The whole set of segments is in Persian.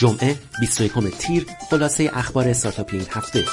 جمعه 21 تیر، خلاصه اخبار استارتاپی این هفته.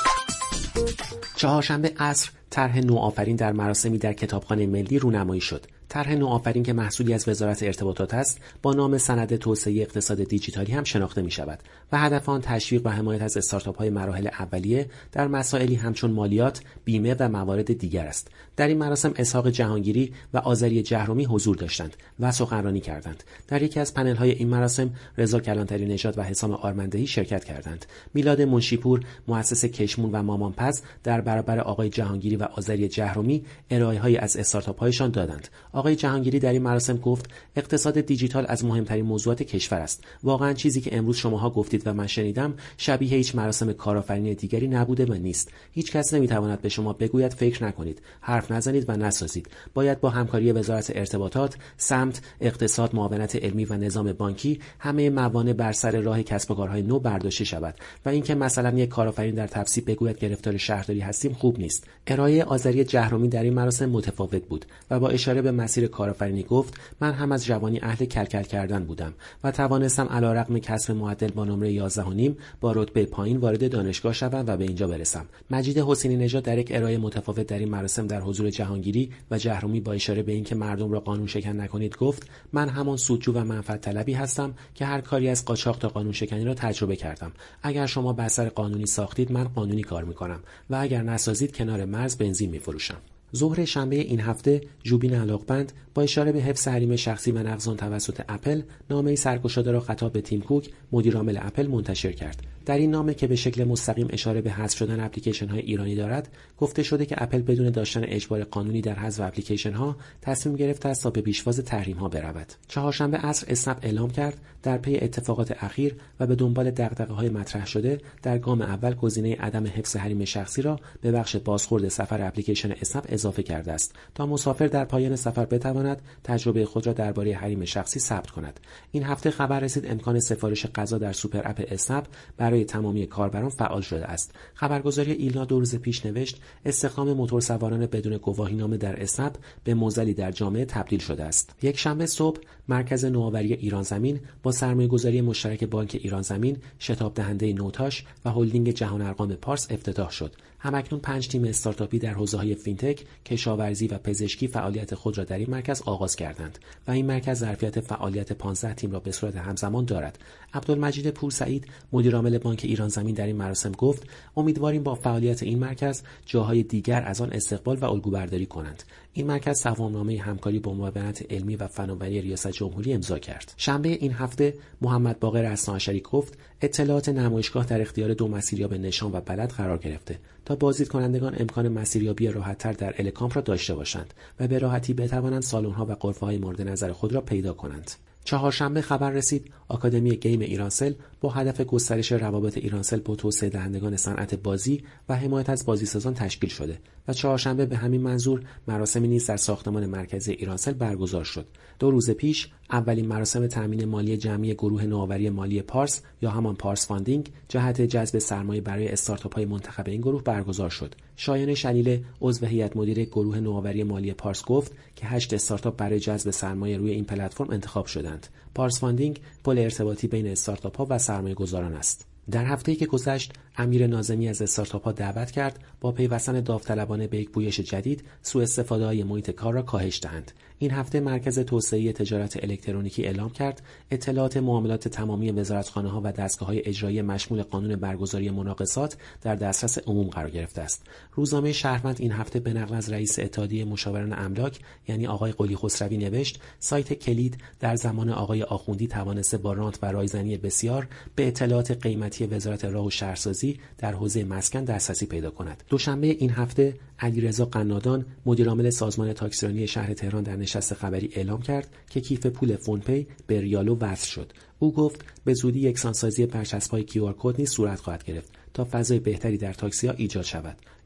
چهارشنبه عصر طرح نوآفرین در مراسمی در کتابخانه ملی رونمایی شد. طرح نوآفرین که محصولی از وزارت ارتباطات است، با نام سند توسعه اقتصاد دیجیتالی هم شناخته می شود و هدف آن تشویق و حمایت از استارتاپ‌های مراحل اولیه در مسائلی همچون مالیات، بیمه و موارد دیگر است. در این مراسم اسحاق جهانگیری و آذری جهرمی حضور داشتند و سخنرانی کردند. در یکی از پنل‌های این مراسم رضا کلانتری نژاد و حسام آرمندهی شرکت کردند. میلاد منشیپور، مؤسس کشمون و مامانپز، در برابر آقای جهانگیری و آذری جهرمی ارائه‌هایی از استارتاپ‌هایشان دادند. آقای جهانگیری در این مراسم گفت اقتصاد دیجیتال از مهمترین موضوعات کشور است. واقعا چیزی که امروز شماها گفتید و من شنیدم شبیه هیچ مراسم کارآفرینی دیگری نبوده و نیست. هیچ کس نمیتواند به شما بگوید فکر نکنید، حرف نزنید و نسازید. باید با همکاری وزارت ارتباطات، سمت، اقتصاد، معاونت علمی و نظام بانکی همه موانع بر سر راه کسب و کارهای نو برداشته شود و اینکه مثلا یک کارآفرین در تپسی بگوید گرفتار شهرداری هستیم خوب نیست. ارائه آذری جهرمی در این مراسم متفاوت بود و با اشاره به مسیر کارآفرینی گفت من هم از جوانی اهل کلکل کردن بودم و توانستم علیرغم کسب معدل با نمره 11.5 با رتبه پایین وارد دانشگاه شوم و به اینجا برسم. مجید حسینی نژاد در یک ارائه متفاوت در این مراسم در حضور جهانگیری و جهرمی با اشاره به اینکه مردم را قانون شکن نکنید گفت من همان سودجو و منفعت طلبی هستم که هر کاری از قاچاق تا قانون شکنی را تجربه کردم. اگر شما بر قانونی ساختید من قانونی کار میکنم و اگر نسازید کنار مرز بنزین میفروشم. ظهر شنبه این هفته ژوبین علاقبند با اشاره به حفظ حریم شخصی و نقض آن توسط اپل نامه‌ای سرگشاده را خطاب به تیم کوک مدیرعامل اپل منتشر کرد. در این نامه که به شکل مستقیم اشاره به حذف شدن اپلیکیشن‌های ایرانی دارد، گفته شده که اپل بدون داشتن اجبار قانونی در حذف اپلیکیشن‌ها تصمیم گرفته است تا به پیشواز تحریم‌ها برود. چهارشنبه عصر اسنپ اعلام کرد در پی اتفاقات اخیر و به دنبال دغدغه‌های مطرح شده در گام اول گزینه عدم حفظ حریم شخصی را به بخش بازخورد سفر اپلیکیشن اسنپ اضافه کرده است تا مسافر در پایان سفر بتواند تجربه خود را درباره حریم شخصی ثبت کند. این هفته خبر رسید امکان سفارش غذا در سوپر اپ اسنپ برای تمامی کاربران فعال شده است. خبرگزاری ایلنا 2 روز پیش نوشت استخدام موتورسواران بدون گواهینامه در اسنپ به معضلی در جامعه تبدیل شده است. یک شنبه صبح مرکز نوآوری ایران زمین با سرمایه‌گذاری مشترک بانک ایران زمین، شتاب دهنده نوتاش و هلدینگ جهان ارقام پارس افتتاح شد. همکنون 5 تیم استارتاپی در حوزه‌های فینتک، کشاورزی و پزشکی فعالیت خود را در این مرکز آغاز کردند و این مرکز ظرفیت فعالیت 15 تیم را به صورت همزمان دارد. عبدالمجید پورسعید مدیرعامل بانک ایران زمین در این مراسم گفت امیدواریم با فعالیت این مرکز جاهای دیگر از آن استقبال و الگوبرداری کنند. این مرکز سوامنامه همکاری با معاونت علمی و فناوری ریاست جمهوری امضا کرد. شنبه این هفته محمد باقر اثناعشری گفت اطلاعات نمایشگاه در اختیار 2 مسیریاب نشان و بلد قرار گرفته تا بازدیدکنندگان امکان مسیریابی راحت‌تر در الکامپ را داشته باشند و به راحتی بتوانند سالن‌ها و غرفه‌های مورد نظر خود را پیدا کنند. چهارشنبه خبر رسید آکادمی گیم ایرانسل با هدف گسترش روابط ایرانسل با توسعه دهندگان صنعت بازی و حمایت از بازیسازان تشکیل شده و چهارشنبه به همین منظور مراسمی نیز در ساختمان مرکزی ایرانسل برگزار شد. 2 روز پیش اولین مراسم تامین مالی جمعی گروه نوآوری مالی پارس یا همان پارس فاندینگ جهت جذب سرمایه برای استارتاپ‌های منتخب این گروه برگزار شد. شایان شلیله عضو هیئت مدیره گروه نوآوری مالی پارس گفت که 8 استارتاپ برای جذب سرمایه روی این پلتفرم انتخاب شدند. پارس فاندینگ پل ارتباطی بین استارتاپ‌ها و سرمایه‌گذاران است. در هفته‌ای که گذشت امیر ناظمی از استارتاپ‌ها دعوت کرد با پیوستن داوطلبانه به یک پویش جدید سوء استفاده‌های محیط کار را کاهش دهند. این هفته مرکز توسعه تجارت الکترونیکی اعلام کرد اطلاعات معاملات تمامی وزارتخانه‌ها و دستگاه‌های اجرایی مشمول قانون برگزاری مناقصات در دسترس عموم قرار گرفته است. روزنامه شهروند این هفته به نقل از رئیس اتحادیه مشاوران املاک یعنی آقای قلی خسروی نوشت سایت کلید در زمان آقای آخوندی توانسته با رانت و رایزنی بسیار به اطلاعات قیمتی وزارت راه و شهرسازی در حوزه مسکن دسترسی پیدا کند. دوشنبه این هفته علیرضا قنادان مدیرعامل سازمان تاکسیرانی شهر تهران در نشست خبری اعلام کرد که کیف پول فونپی به ریالو وصل شد. او گفت به زودی یکسانسازی برچسب‌های QR کد نیز صورت خواهد گرفت تا فضای بهتری در تاکسی‌ها ایجاد شود.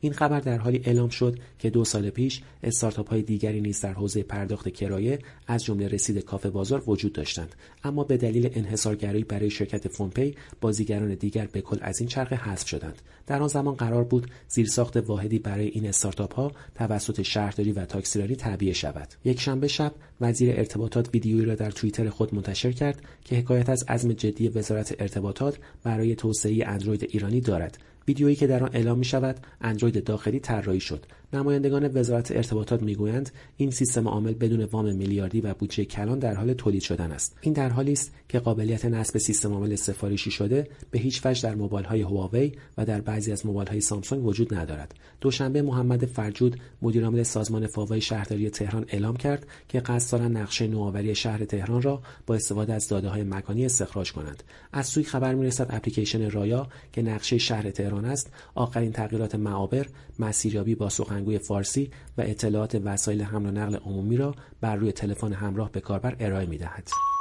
این خبر در حالی اعلام شد که 2 سال پیش استارتاپ‌های دیگری نیز در حوزه پرداخت کرایه از جمله رسید کافه بازار وجود داشتند، اما به دلیل انحصارگرایی برای شرکت فونپی بازیگران دیگر به کل از این چرخه حذف شدند. در آن زمان قرار بود زیرساخت واحدی برای این استارتاپ‌ها توسط شهرداری و تاکسیرانی تعبیه شود. یکشنبه شب وزیر ارتباطات ویدیویی را در توییتر خود منتشر کرد که حکایت از عزم جدی وزارت ارتباطات برای توسعه اندروید ایرانی دارد. ویدیویی که در آن اعلام می شود اندروید داخلی طراحی شد. نمایندگان وزارت ارتباطات میگویند این سیستم عامل بدون وام میلیاردی و بودجه کلان در حال تولید شدن است. این در حالی است که قابلیت نصب سیستم عامل سفارشی شده به هیچ وجه در موبایل‌های هواوی و در بعضی از موبایل‌های سامسونگ وجود ندارد. دوشنبه محمد فرجود مدیرعامل سازمان فاوای شهرداری تهران اعلام کرد که قصد دارند نقشه نوآوری شهر تهران را با استفاده از داده‌های مکانی استخراج کنند. از سوی خبر می‌رسد اپلیکیشن رایا که نقشه شهر تهران است، آخرین تغییرات معابر، مسیریابی با سخنگوی فارسی و اطلاعات وسایل حمل و نقل عمومی را بر روی تلفن همراه به کاربر ارائه می‌دهد.